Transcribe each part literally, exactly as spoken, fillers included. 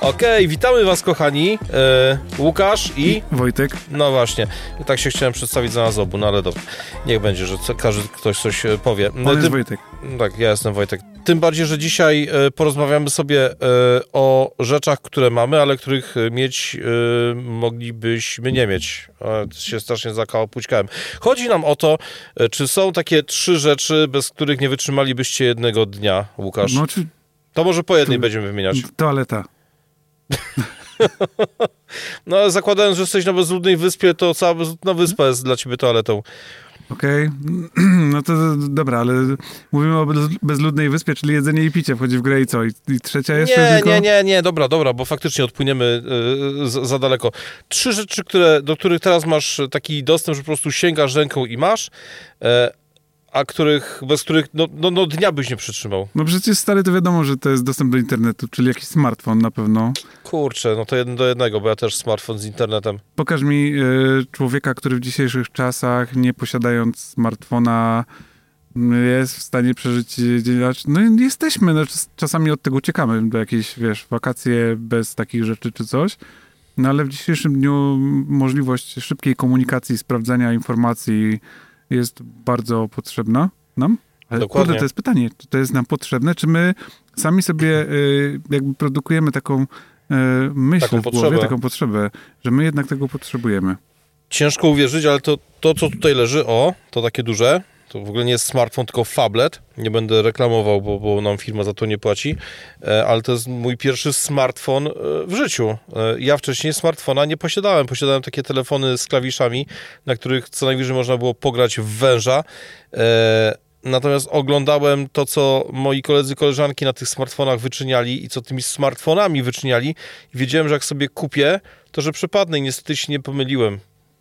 Okej, witamy was, kochani. E, Łukasz i... I Wojtek. No właśnie, tak się chciałem przedstawić za nas obu, no ale dobra. Niech będzie, że co, każdy ktoś coś powie. On jest Tym, Wojtek. Tak, ja jestem Wojtek. Tym bardziej, że dzisiaj e, porozmawiamy sobie e, o rzeczach, które mamy, ale których mieć e, moglibyśmy nie mieć. E, się strasznie zakałopućkałem. Chodzi nam o to, e, czy są takie trzy rzeczy, bez których nie wytrzymalibyście jednego dnia, Łukasz? No, czy... To może po jednej to... będziemy wymieniać. Toaleta. No ale zakładając, że jesteś na bezludnej wyspie, to cała bezludna wyspa jest dla ciebie toaletą. Okej, okay. No to dobra, ale mówimy o bezludnej wyspie, czyli jedzenie i picie wchodzi w grę i co? I, i trzecia jeszcze Nie, tylko... nie, nie, nie, dobra, dobra, bo faktycznie odpłyniemy y, za, za daleko. Trzy rzeczy, które, do których teraz masz taki dostęp, że po prostu sięgasz ręką i masz, y, a których, bez których no, no, no dnia byś nie przytrzymał. No przecież stary, to wiadomo, że to jest dostęp do internetu, czyli jakiś smartfon na pewno. Kurczę, no to jeden do jednego, bo ja też smartfon z internetem. Pokaż mi y, człowieka, który w dzisiejszych czasach, nie posiadając smartfona, jest w stanie przeżyć dzień. No jesteśmy, no, czasami od tego uciekamy do jakiejś, wiesz, wakacje bez takich rzeczy czy coś. No ale w dzisiejszym dniu możliwość szybkiej komunikacji, sprawdzania informacji jest bardzo potrzebna nam. Ale Dokładnie. kurde, to jest pytanie, czy to jest nam potrzebne, czy my sami sobie y, jakby produkujemy taką y, myśl Taką w głowie, potrzebę. taką potrzebę, że my jednak tego potrzebujemy. Ciężko uwierzyć, ale to, to co tutaj leży, o, to takie duże, to w ogóle nie jest smartfon, tylko phablet. Nie będę reklamował, bo, bo nam firma za to nie płaci, e, ale to jest mój pierwszy smartfon e, w życiu. E, ja wcześniej smartfona nie posiadałem. Posiadałem takie telefony z klawiszami, na których co najwyżej można było pograć w węża. E, natomiast oglądałem to, co moi koledzy, koleżanki na tych smartfonach wyczyniali i co tymi smartfonami wyczyniali. I wiedziałem, że jak sobie kupię, to że przepadnę i niestety się nie pomyliłem.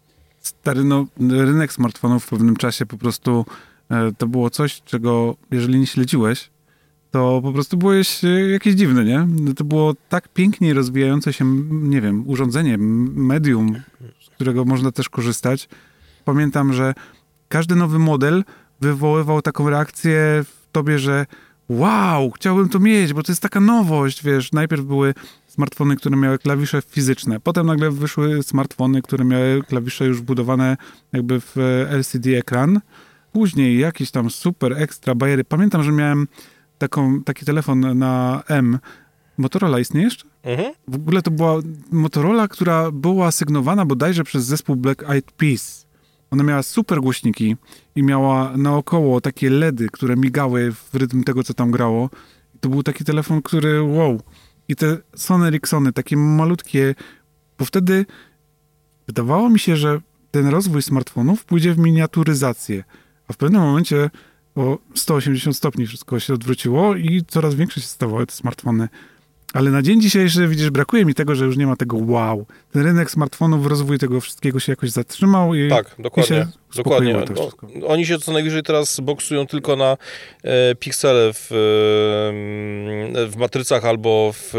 Stary, no, rynek smartfonów w pewnym czasie po prostu e, to było coś, czego jeżeli nie śledziłeś, to po prostu byłeś e, jakieś dziwne, nie? To było tak pięknie rozwijające się, nie wiem, urządzenie, medium, z którego można też korzystać. Pamiętam, że każdy nowy model wywoływał taką reakcję w tobie, że wow, chciałbym to mieć, bo to jest taka nowość, wiesz. Najpierw były smartfony, które miały klawisze fizyczne. Potem nagle wyszły smartfony, które miały klawisze już wbudowane jakby w L C D ekran. Później jakieś tam super ekstra bajery. Pamiętam, że miałem taką, taki telefon na M. Motorola istnieje jeszcze? Mhm. W ogóle to była Motorola, która była sygnowana bodajże przez zespół Black Eyed Peas. Ona miała super głośniki i miała naokoło takie ledy, które migały w rytm tego, co tam grało. To był taki telefon, który wow. I te Sony Ericssony, takie malutkie, bo wtedy wydawało mi się, że ten rozwój smartfonów pójdzie w miniaturyzację, a w pewnym momencie o sto osiemdziesiąt stopni wszystko się odwróciło i coraz większe się stawały te smartfony. Ale na dzień dzisiejszy, widzisz, brakuje mi tego, że już nie ma tego wow. Ten rynek smartfonów, rozwój tego wszystkiego się jakoś zatrzymał i Tak, dokładnie. I się dokładnie. To no, oni się co najwyżej teraz boksują tylko na e, piksele w, e, w matrycach albo w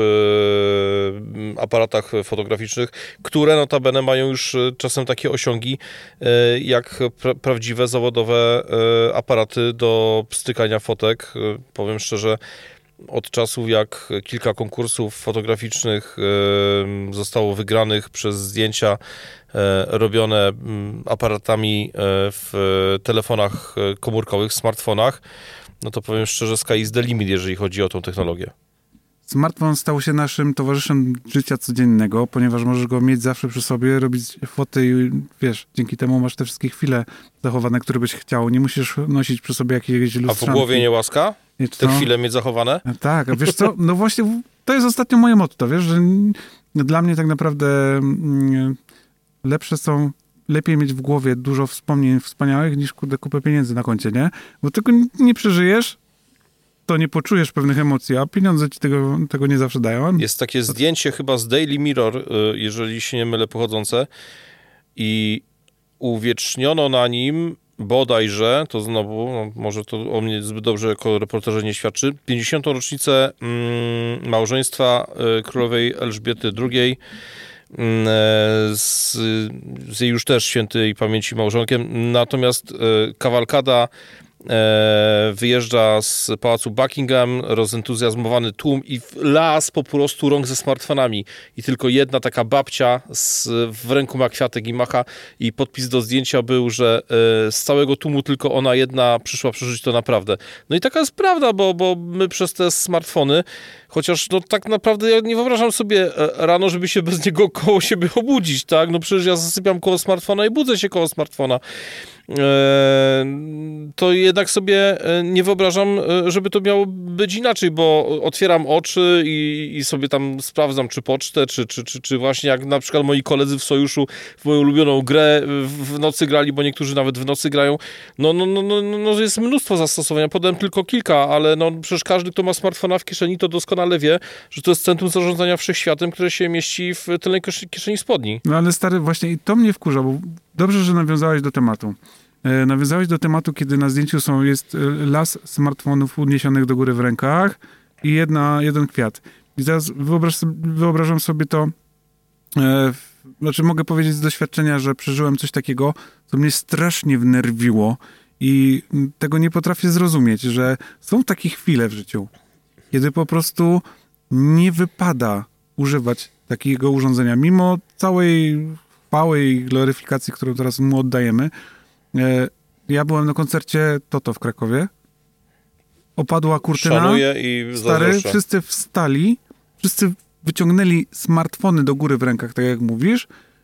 e, aparatach fotograficznych, które notabene mają już czasem takie osiągi e, jak pra, prawdziwe, zawodowe e, aparaty do stykania fotek. E, powiem szczerze, od czasów, jak kilka konkursów fotograficznych e, zostało wygranych przez zdjęcia e, robione m, aparatami e, w telefonach komórkowych, smartfonach, no to powiem szczerze, sky is the limit, jeżeli chodzi o tą technologię. Smartfon stał się naszym towarzyszem życia codziennego, ponieważ możesz go mieć zawsze przy sobie, robić foty i wiesz, dzięki temu masz te wszystkie chwile zachowane, które byś chciał. Nie musisz nosić przy sobie jakiejś lustrzanki. A w głowie nie łaska? Te no, chwile mieć zachowane? Tak, a wiesz co? No właśnie, to jest ostatnio moje motto, wiesz, że dla mnie tak naprawdę mm, lepsze są, lepiej mieć w głowie dużo wspomnień wspaniałych niż kurde kupę pieniędzy na koncie, nie? Bo tylko nie przeżyjesz, to nie poczujesz pewnych emocji, a pieniądze ci tego, tego nie zawsze dają. Jest takie zdjęcie chyba z Daily Mirror, jeżeli się nie mylę, pochodzące i uwieczniono na nim bodajże, to znowu, no może to o mnie zbyt dobrze jako reporterze nie świadczy, pięćdziesiątą rocznicę mm, małżeństwa y, królowej Elżbiety drugiej mm, z, z jej już też świętej pamięci małżonkiem. Natomiast y, kawalkada e, wyjeżdża z pałacu Buckingham, rozentuzjazmowany tłum i las po prostu rąk ze smartfonami i tylko jedna taka babcia z, w ręku ma kwiatek i macha i podpis do zdjęcia był, że e, z całego tłumu tylko ona jedna przyszła przeżyć to naprawdę. No i taka jest prawda, bo, bo my przez te smartfony, chociaż no tak naprawdę ja nie wyobrażam sobie rano, żeby się bez niego koło siebie obudzić, tak? No przecież ja zasypiam koło smartfona i budzę się koło smartfona. To jednak sobie nie wyobrażam, żeby to miało być inaczej, bo otwieram oczy i, i sobie tam sprawdzam, czy pocztę, czy, czy, czy, czy właśnie jak na przykład moi koledzy w Sojuszu w moją ulubioną grę w nocy grali, bo niektórzy nawet w nocy grają. No, no, no, no, no jest mnóstwo zastosowania, podałem tylko kilka, ale no przecież każdy, kto ma smartfona w kieszeni, to doskonale wie, że to jest centrum zarządzania wszechświatem, które się mieści w tylnej kieszeni spodni. No ale stary, właśnie i to mnie wkurza, bo dobrze, że nawiązałeś do tematu. E, nawiązałeś do tematu, kiedy na zdjęciu są, jest las smartfonów uniesionych do góry w rękach i jedna, jeden kwiat. I teraz wyobraź, wyobrażam sobie to, e, znaczy mogę powiedzieć z doświadczenia, że przeżyłem coś takiego, co mnie strasznie wnerwiło i tego nie potrafię zrozumieć, że są takie chwile w życiu, kiedy po prostu nie wypada używać takiego urządzenia, mimo całej chwały i gloryfikacji, którą teraz mu oddajemy. Ja byłem na koncercie Toto w Krakowie. Opadła kurtyna. Szanuję i stary, zazdroszczę. wszyscy wstali, wszyscy wyciągnęli smartfony do góry w rękach, tak jak mówisz,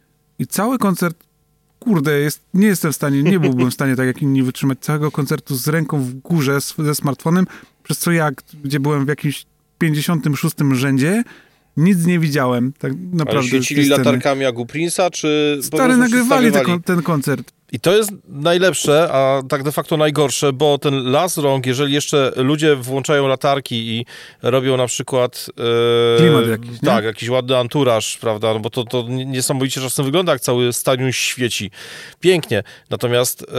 i cały koncert, kurde, jest, nie jestem w stanie, nie byłbym w stanie tak jak inni wytrzymać całego koncertu z ręką w górze, z, ze smartfonem, przez co ja, gdzie byłem w jakimś pięćdziesiątym szóstym rzędzie, nic nie widziałem, tak naprawdę. Ale świecili latarkami jak u Prince'a, czy... Stary, nagrywali te, ten koncert. I to jest najlepsze, a tak de facto najgorsze, bo ten las rąk, jeżeli jeszcze ludzie włączają latarki i robią na przykład... E, Klimat jakiś, nie? Tak, jakiś ładny anturaż, prawda, no bo to, to niesamowicie czasem wygląda, jak cały stadion świeci. Pięknie. Natomiast e,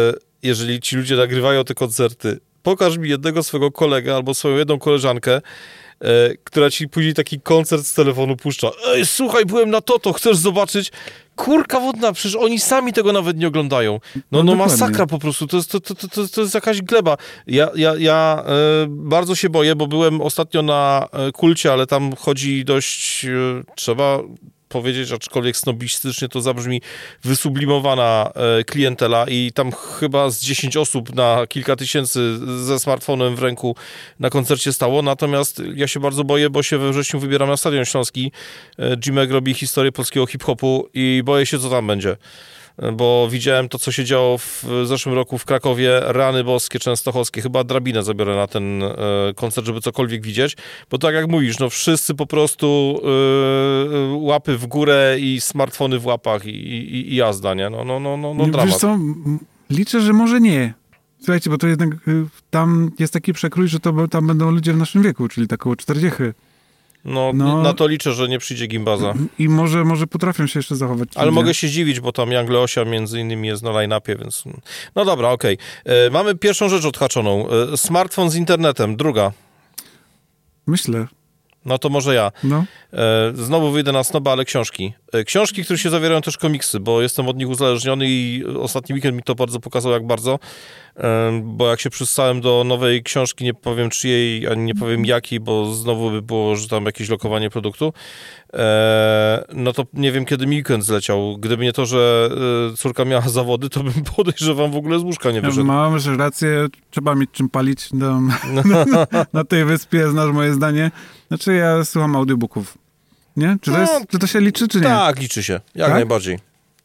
jeżeli ci ludzie nagrywają te koncerty, pokaż mi jednego swojego kolegę albo swoją jedną koleżankę, E, która ci później taki koncert z telefonu puszcza. Ej, słuchaj, byłem na Toto, chcesz zobaczyć? Kurka wodna, przecież oni sami tego nawet nie oglądają. No, no, no masakra po prostu, to jest, to, to, to, to jest jakaś gleba. Ja, ja, ja e, bardzo się boję, bo byłem ostatnio na e, Kulcie, ale tam chodzi dość, e, trzeba powiedzieć, aczkolwiek snobistycznie to zabrzmi, wysublimowana e, klientela i tam chyba z dziesięć osób na kilka tysięcy ze smartfonem w ręku na koncercie stało, natomiast ja się bardzo boję, bo się we wrześniu wybieram na Stadion Śląski. E, Jimek robi historię polskiego hip-hopu i boję się, co tam będzie. Bo widziałem to, co się działo w zeszłym roku w Krakowie, rany boskie, częstochowskie. Chyba drabinę zabiorę na ten e, koncert, żeby cokolwiek widzieć. Bo tak jak mówisz, no wszyscy po prostu e, łapy w górę i smartfony w łapach i, i, i jazda, nie? No, no, no, no, no dramat. Wiesz co, liczę, że może nie. Słuchajcie, bo to jednak y, tam jest taki przekrój, że to tam będą ludzie w naszym wieku, czyli tak około czterdziechy. No, no, na to liczę, że nie przyjdzie Gimbaza. I może, może potrafią się jeszcze zachować. Ale mogę się dziwić, bo tam Young Leosia między innymi jest na line-upie, więc... No dobra, okej. Okay. Mamy pierwszą rzecz odhaczoną. E, smartfon z internetem. Druga. Myślę. No to może ja. No. E, znowu wyjdę na snoba, ale książki. E, książki, które się zawierają też komiksy, bo jestem od nich uzależniony i ostatni weekend mi to bardzo pokazał, jak bardzo. E, bo jak się przystałem do nowej książki, nie powiem czyjej, ani nie powiem jakiej, bo znowu by było, że tam jakieś lokowanie produktu, e, no to nie wiem, kiedy mi weekend zleciał. Gdyby nie to, że e, córka miała zawody, to bym podejrzewam w ogóle z łóżka nie wyszedł. Mam że rację, trzeba mieć czym palić na, na, na, na tej wyspie, znasz moje zdanie. Znaczy ja słucham audiobooków. Nie? Czy to, no, jest, czy to się liczy, czy nie? Tak, liczy się. Jak tak? Najbardziej.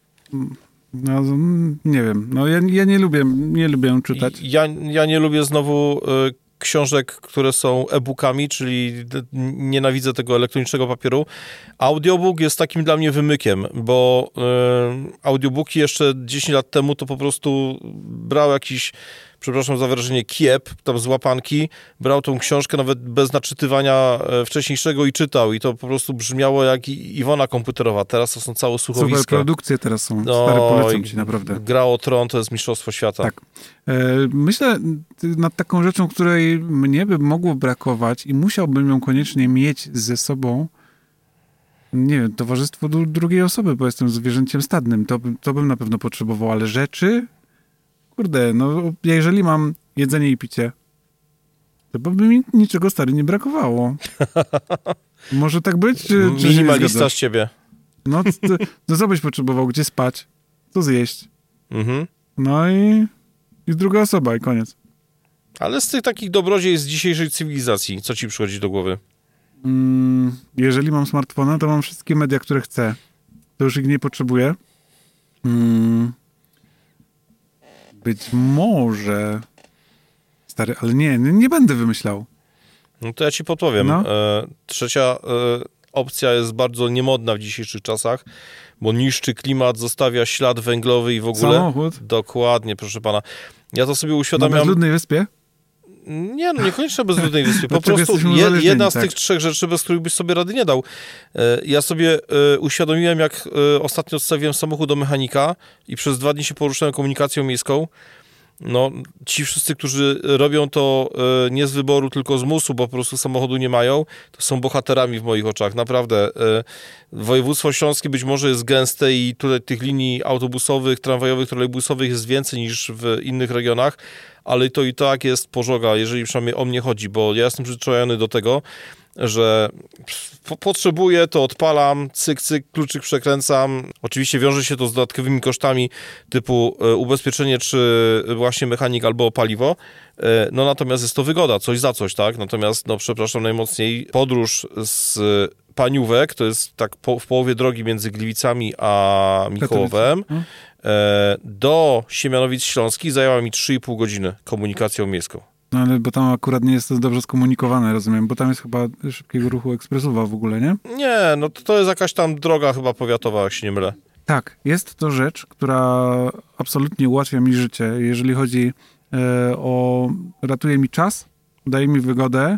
No, nie wiem. No, ja, ja nie lubię, nie lubię czytać. Ja, ja nie lubię znowu y, książek, które są e-bookami, czyli nienawidzę tego elektronicznego papieru. Audiobook jest takim dla mnie wymykiem, bo y, audiobooki jeszcze dziesięć lat temu to po prostu brał jakiś, przepraszam za wyrażenie, kiep, tam z łapanki, brał tą książkę nawet bez naczytywania wcześniejszego i czytał i to po prostu brzmiało jak Iwona komputerowa. Teraz to są całe słuchowiska. Super produkcje teraz są. No, stary, polecam ci naprawdę. Gra o Tron to jest mistrzostwo świata. Tak. E, myślę nad taką rzeczą, której mnie by mogło brakować i musiałbym ją koniecznie mieć ze sobą, nie wiem, towarzystwo drugiej osoby, bo jestem zwierzęciem stadnym. To, to bym na pewno potrzebował, ale rzeczy... kurde, no jeżeli mam jedzenie i picie, to by mi niczego, stary, nie brakowało. Może tak być? Czy, czy Minimalista z ciebie. No, to, to co byś potrzebował? Gdzie spać? Co zjeść? Mhm. No i, i druga osoba i koniec. Ale z tych takich dobrodziejstw dzisiejszej cywilizacji, co ci przychodzi do głowy? Mm, jeżeli mam smartfona, to mam wszystkie media, które chcę. To już ich nie potrzebuję. Mm, być może... Stary, ale nie, nie, nie będę wymyślał. No to ja ci podpowiem. No. E, trzecia e, opcja jest bardzo niemodna w dzisiejszych czasach, bo niszczy klimat, zostawia ślad węglowy i w ogóle... Samochód? Dokładnie, proszę pana. Ja to sobie Na uświadamiam... bezludnej wyspie? Nie, no niekoniecznie bez bezludnej wyspy. Po Dlaczego prostu jesteśmy je, uzależnieni, jedna z tak? tych trzech rzeczy, bez których byś sobie rady nie dał. E, Ja sobie e, uświadomiłem, jak e, ostatnio odstawiłem samochód do mechanika i przez dwa dni się poruszałem komunikacją miejską. No, ci wszyscy, którzy robią to e, nie z wyboru, tylko z musu, bo po prostu samochodu nie mają, to są bohaterami w moich oczach. Naprawdę. E, województwo śląskie być może jest gęste i tutaj tych linii autobusowych, tramwajowych, trolejbusowych jest więcej niż w innych regionach, ale to i tak jest pożoga, jeżeli przynajmniej o mnie chodzi, bo ja jestem przyzwyczajony do tego, że po- potrzebuję, to odpalam, cyk, cyk, kluczyk przekręcam. Oczywiście wiąże się to z dodatkowymi kosztami typu e, ubezpieczenie, czy właśnie mechanik albo paliwo. E, no natomiast jest to wygoda, coś za coś, tak? Natomiast, no przepraszam najmocniej, podróż z Paniówek, to jest tak po, w połowie drogi między Gliwicami a Michałowem, No. e, do Siemianowic Śląskich zajęła mi trzy i pół godziny komunikacją miejską. No ale bo tam akurat nie jest to dobrze skomunikowane, rozumiem, bo tam jest chyba szybkiego ruchu ekspresowa w ogóle, nie? Nie, no to, to jest jakaś tam droga chyba powiatowa, jak się nie mylę. Tak, jest to rzecz, która absolutnie ułatwia mi życie, jeżeli chodzi e, o... ratuje mi czas, daje mi wygodę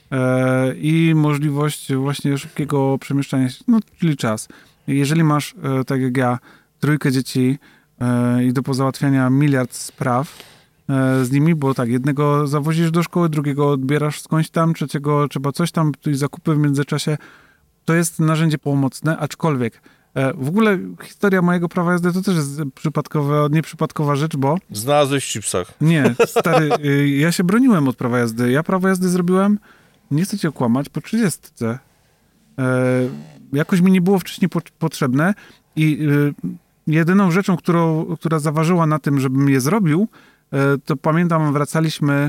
e, i możliwość właśnie szybkiego przemieszczania się, no czyli czas. Jeżeli masz, e, tak jak ja, trójkę dzieci e, i do pozałatwiania miliard spraw e, z nimi, bo tak, jednego zawozisz do szkoły, drugiego odbierasz skądś tam, trzeciego trzeba coś tam, i zakupy w międzyczasie, to jest narzędzie pomocne, aczkolwiek e, w ogóle historia mojego prawa jazdy to też jest przypadkowa, nieprzypadkowa rzecz, bo Znalazłeś w chipsach. nie, stary, y, ja się broniłem od prawa jazdy. Ja prawo jazdy zrobiłem, nie chcę cię okłamać, po trzydziestce. E, jakoś mi nie było wcześniej po, potrzebne i y, jedyną rzeczą, którą, która zaważyła na tym, żebym je zrobił, e, to pamiętam, wracaliśmy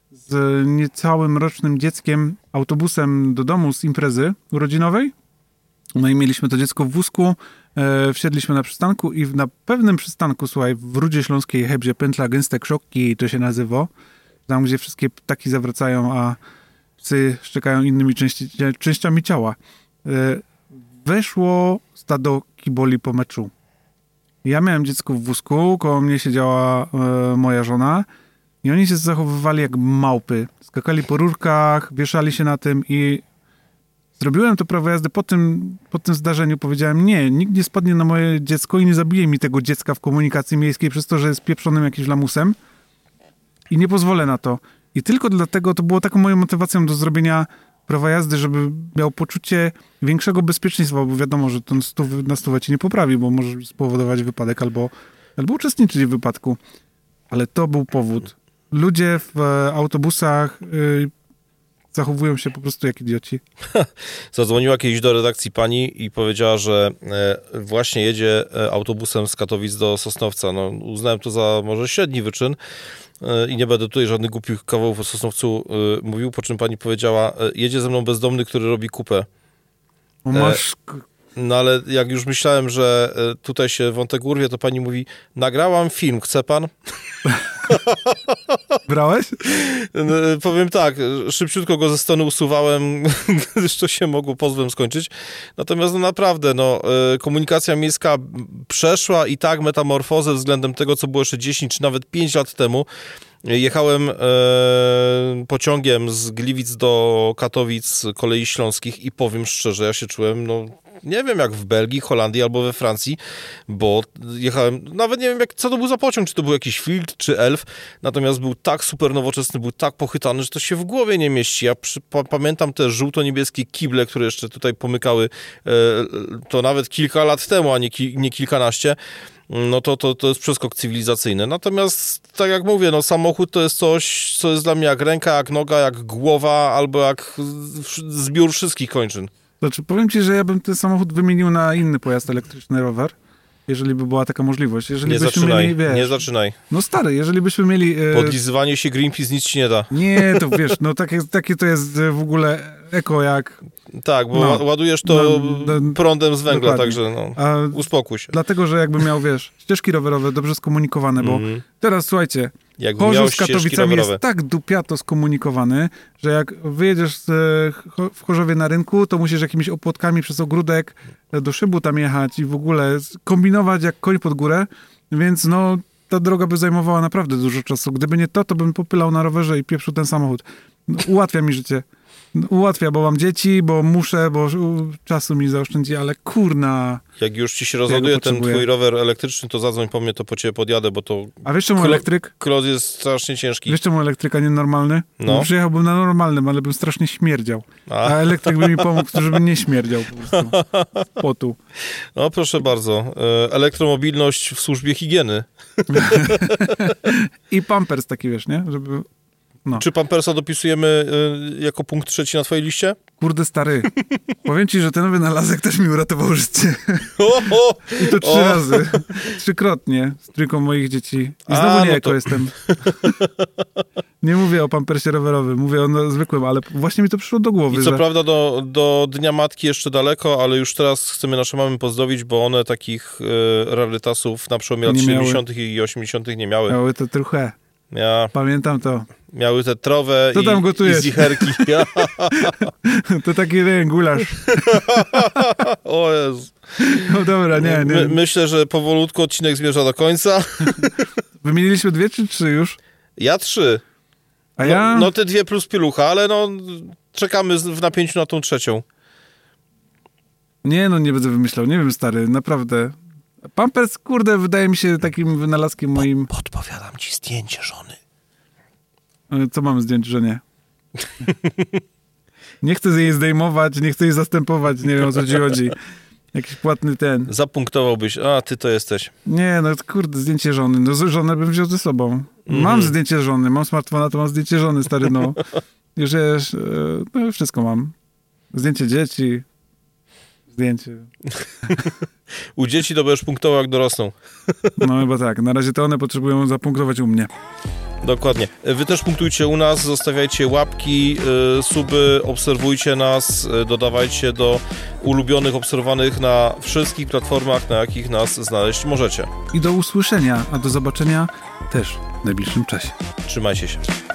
z niecałym rocznym dzieckiem autobusem do domu z imprezy urodzinowej. No i mieliśmy to dziecko w wózku, e, wsiedliśmy na przystanku i w, na pewnym przystanku, słuchaj, w Rudzie Śląskiej Hebzie, pętla Gęste Krzokki, to się nazywa, tam gdzie wszystkie ptaki zawracają, a psy szczekają innymi części, częściami ciała. E, weszło stado kiboli po meczu. Ja miałem dziecko w wózku, koło mnie siedziała e, moja żona i oni się zachowywali jak małpy. Skakali po rurkach, wieszali się na tym i zrobiłem to prawo jazdy po tym, po tym zdarzeniu. Powiedziałem, nie, nikt nie spadnie na moje dziecko i nie zabije mi tego dziecka w komunikacji miejskiej przez to, że jest pieprzonym jakimś lamusem i nie pozwolę na to. I tylko dlatego to było taką moją motywacją do zrobienia prawa jazdy, żeby miał poczucie większego bezpieczeństwa, bo wiadomo, że ten stów, na stówę ci nie poprawi, bo może spowodować wypadek albo, albo uczestniczyć w wypadku. Ale to był powód. Ludzie w e, autobusach y, zachowują się po prostu jak idioci. Zadzwoniła kiedyś do redakcji pani i powiedziała, że e, właśnie jedzie e, autobusem z Katowic do Sosnowca. No, uznałem to za może średni wyczyn e, i nie będę tutaj żadnych głupich kawałów o Sosnowcu e, mówił, po czym pani powiedziała, e, jedzie ze mną bezdomny, który robi kupę. O, masz... No ale jak już myślałem, że e, tutaj się wątek urwie, to pani mówi, nagrałam film, chce pan? Brałeś? No, powiem tak, szybciutko go ze sceny usuwałem, gdyż to się mogło pozwem skończyć. Natomiast no naprawdę, no, komunikacja miejska przeszła i tak metamorfozę względem tego, co było jeszcze dziesięć czy nawet pięć lat temu. Jechałem e, pociągiem z Gliwic do Katowic Kolei Śląskich i powiem szczerze, ja się czułem, no nie wiem, jak w Belgii, Holandii albo we Francji, bo jechałem, nawet nie wiem, jak, co to był za pociąg, czy to był jakiś Field, czy Elf, natomiast był tak super nowoczesny, był tak pochytany, że to się w głowie nie mieści. Ja przy, pa, pamiętam te żółto-niebieskie kible, które jeszcze tutaj pomykały, e, to nawet kilka lat temu, a nie, ki, nie kilkanaście. no to, to, to jest przeskok cywilizacyjny. Natomiast, tak jak mówię, no samochód to jest coś, co jest dla mnie jak ręka, jak noga, jak głowa, albo jak zbiór wszystkich kończyn. Znaczy, powiem ci, że ja bym ten samochód wymienił na inny pojazd elektryczny, rower, jeżeli by była taka możliwość. Jeżeli nie byśmy zaczynaj, mieli, wiesz, nie zaczynaj. No stary, jeżeli byśmy mieli... E... Podlizywanie się Greenpeace nic ci nie da. Nie, to wiesz, no takie, takie to jest w ogóle eko jak... Tak, bo no, ładujesz to no, no, prądem z węgla, dokładnie. także no, A uspokój się. Dlatego, że jakby miał, wiesz, ścieżki rowerowe dobrze skomunikowane, bo mm. teraz, słuchajcie, jakby Chorzów z Katowicami jest tak dupiato skomunikowany, że jak wyjedziesz z, w Chorzowie na rynku, to musisz jakimiś opłotkami przez ogródek do Szybu tam jechać i w ogóle kombinować jak koń pod górę, więc no ta droga by zajmowała naprawdę dużo czasu. Gdyby nie to, to bym popylał na rowerze i pieprzył ten samochód. No, ułatwia mi życie. No, ułatwia, bo mam dzieci, bo muszę, bo czasu mi zaoszczędzi, ale kurna... Jak już ci się rozładuje ten twój rower elektryczny, to zadzwoń po mnie, to po ciebie podjadę, bo to... A wiesz czemu klo- elektryk? Klot jest strasznie ciężki. Wiesz czemu elektryka nie normalny? No. Bo przyjechałbym na normalnym, ale bym strasznie śmierdział. A, A elektryk by mi pomógł, żeby nie śmierdział po prostu. Potu. No proszę bardzo. Elektromobilność w służbie higieny. I pampers taki, wiesz, nie? Żeby... No. Czy Pampersa dopisujemy y, jako punkt trzeci na twojej liście? Kurde stary, powiem ci, że ten wynalazek też mi uratował życie. O, o, I to trzy o. razy. Trzykrotnie z trójką moich dzieci. I znowu A, nie no eko to... jestem. Nie mówię o pampersie rowerowym, mówię o no, zwykłym, ale właśnie mi to przyszło do głowy. I co że... prawda do, do Dnia Matki jeszcze daleko, ale już teraz chcemy nasze mamy pozdrowić, bo one takich y, rarytasów na przełomie lat siedemdziesiątych i osiemdziesiątych nie miały. Miały to trochę. Ja... Pamiętam to. Miały te trowę to tam i, gotujesz. i zicherki. To taki nie, gulasz. O Jezu. No dobra, nie, nie. My, myślę, że powolutku odcinek zmierza do końca. Wymieniliśmy dwie czy trzy już? Ja trzy. A ja? No, no te dwie plus pielucha, ale no czekamy w napięciu na tą trzecią. Nie, no nie będę wymyślał, nie wiem stary, naprawdę. Pampers, kurde, wydaje mi się takim wynalazkiem moim... Podpowiadam ci zdjęcie żony. Co mam zdjąć, że nie? Nie chcę jej zdejmować, nie chcę jej zastępować, nie wiem o co ci chodzi. Jakiś płatny ten. Zapunktowałbyś, a ty to jesteś. Nie, no kurde, zdjęcie żony. No żonę bym wziął ze sobą. Mm-hmm. Mam zdjęcie żony, mam smartfona, to mam zdjęcie żony, stary, no. Już jest, no wszystko mam. Zdjęcie dzieci. Zdjęcie. U dzieci to będziesz punktował, jak dorosną. No chyba tak. Na razie to one potrzebują zapunktować u mnie. Dokładnie. Wy też punktujcie u nas, zostawiajcie łapki, y, suby, obserwujcie nas, y, dodawajcie do ulubionych, obserwowanych na wszystkich platformach, na jakich nas znaleźć możecie. I do usłyszenia, a do zobaczenia też w najbliższym czasie. Trzymajcie się.